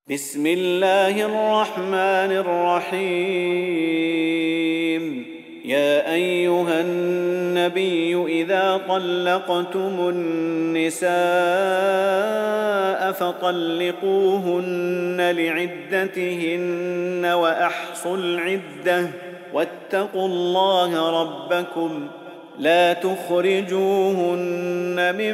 بسم الله الرحمن الرحيم. يا أيها النبي إذا طلقتم النساء فطلقوهن لعدتهن وأحصوا العدة واتقوا الله ربكم لا تخرجوهن من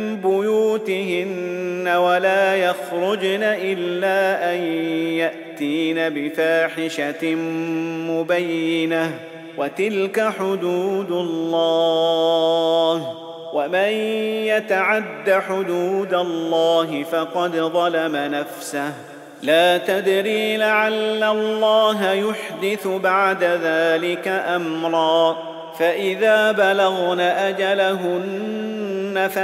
بيوتهن ولا يخرجن إلا أن يأتين بفاحشة مبينة وتلك حدود الله ومن يتعد حدود الله فقد ظلم نفسه لا تدري لعل الله يحدث بعد ذلك أمرا فإذا بلغن أجلهن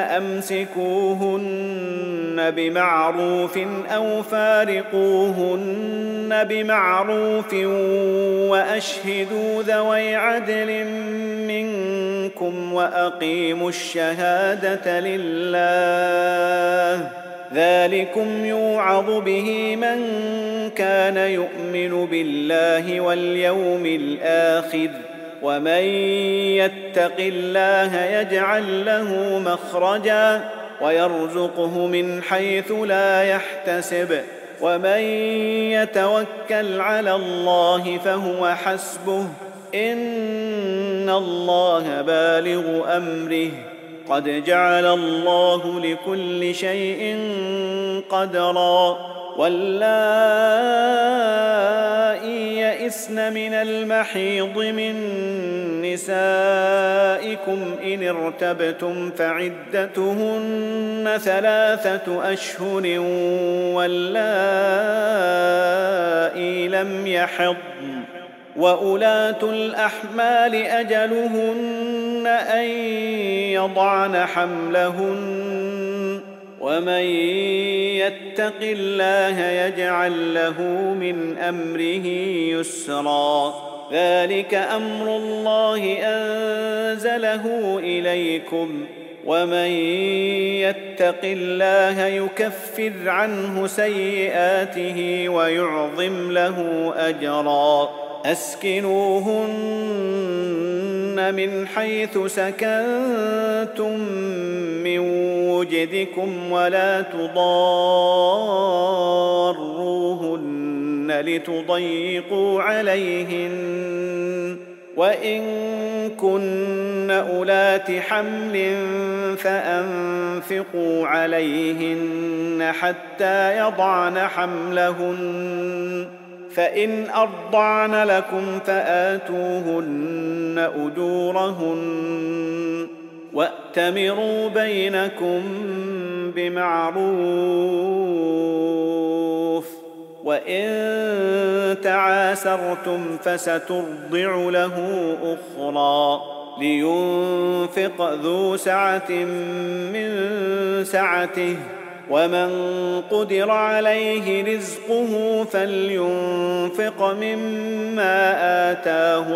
فأمسكوهن بمعروف أو فارقوهن بمعروف وأشهدوا ذوي عدل منكم وأقيموا الشهادة لله ذلكم يوعظ به من كان يؤمن بالله واليوم الآخر ومن يتق الله يجعل له مخرجا ويرزقه من حيث لا يحتسب ومن يتوكل على الله فهو حسبه إن الله بالغ أمره قد جعل الله لكل شيء قدرا واللائي يئسن من المحيض من نسائكم إن ارتبتم فعدتهن 3 أشهر واللائي لم يحضن وأولاة الأحمال أجلهن أن يضعن حملهن ومن يتق الله يجعل له من أمره يسرا ذلك أمر الله أنزله إليكم ومن يتق الله يكفر عنه سيئاته ويعظم له أجرا أسكنوهن من حيث سكنتم من وجدكم ولا تضاروهن لتضيقوا عليهن وإن كن أولات حمل فأنفقوا عليهن حتى يضعن حملهن فإن أرضعن لكم فآتوهن أجورهن وأتمروا بينكم بمعروف وإن تعاسرتم فسترضع له أخرى لينفق ذو سعة من سعته ومن قدر عليه رزقه فلينفق مما آتاه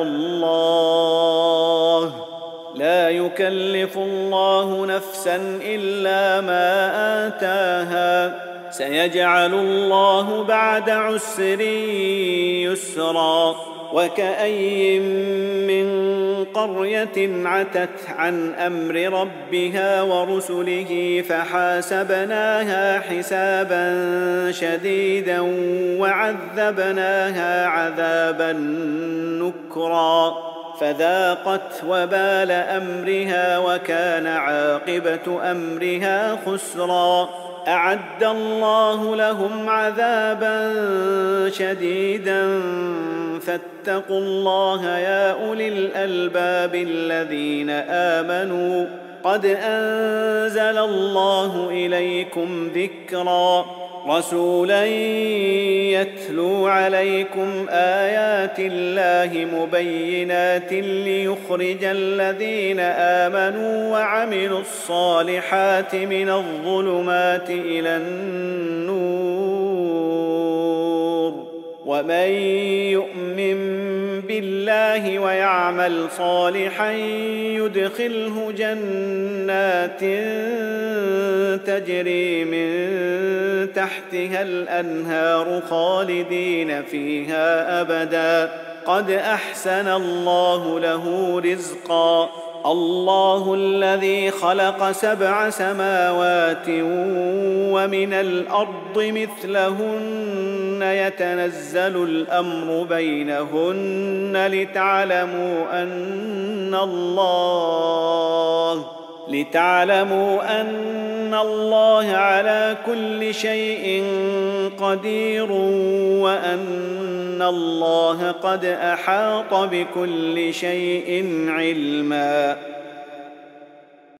الله لا يكلف الله نفسا إلا ما آتاها سيجعل الله بعد عسر يسرا وكأي من قرية عتت عن أمر ربها ورسله فحاسبناها حسابا شديدا وعذبناها عذابا نكرا فذاقت وبال أمرها وكان عاقبة أمرها خسرا أعد الله لهم عذابا شديدا فاتقوا الله يا أولي الألباب الذين آمنوا قد أنزل الله إليكم ذكرا رسولا يتلو عليكم آيات الله مبينات ليخرج الذين آمنوا وعملوا الصالحات من الظلمات إلى النور ومن يؤمن بالله ويعمل صالحا يدخله جنات تجري من تحتها الأنهار خالدين فيها أبدا قد أحسن الله له رزقا الله الذي خلق 7 سماوات ومن الأرض مثلهن يتنزل الأمر بينهن لتعلموا أن الله على كل شيء قدير وأن الله قد أحاط بكل شيء علما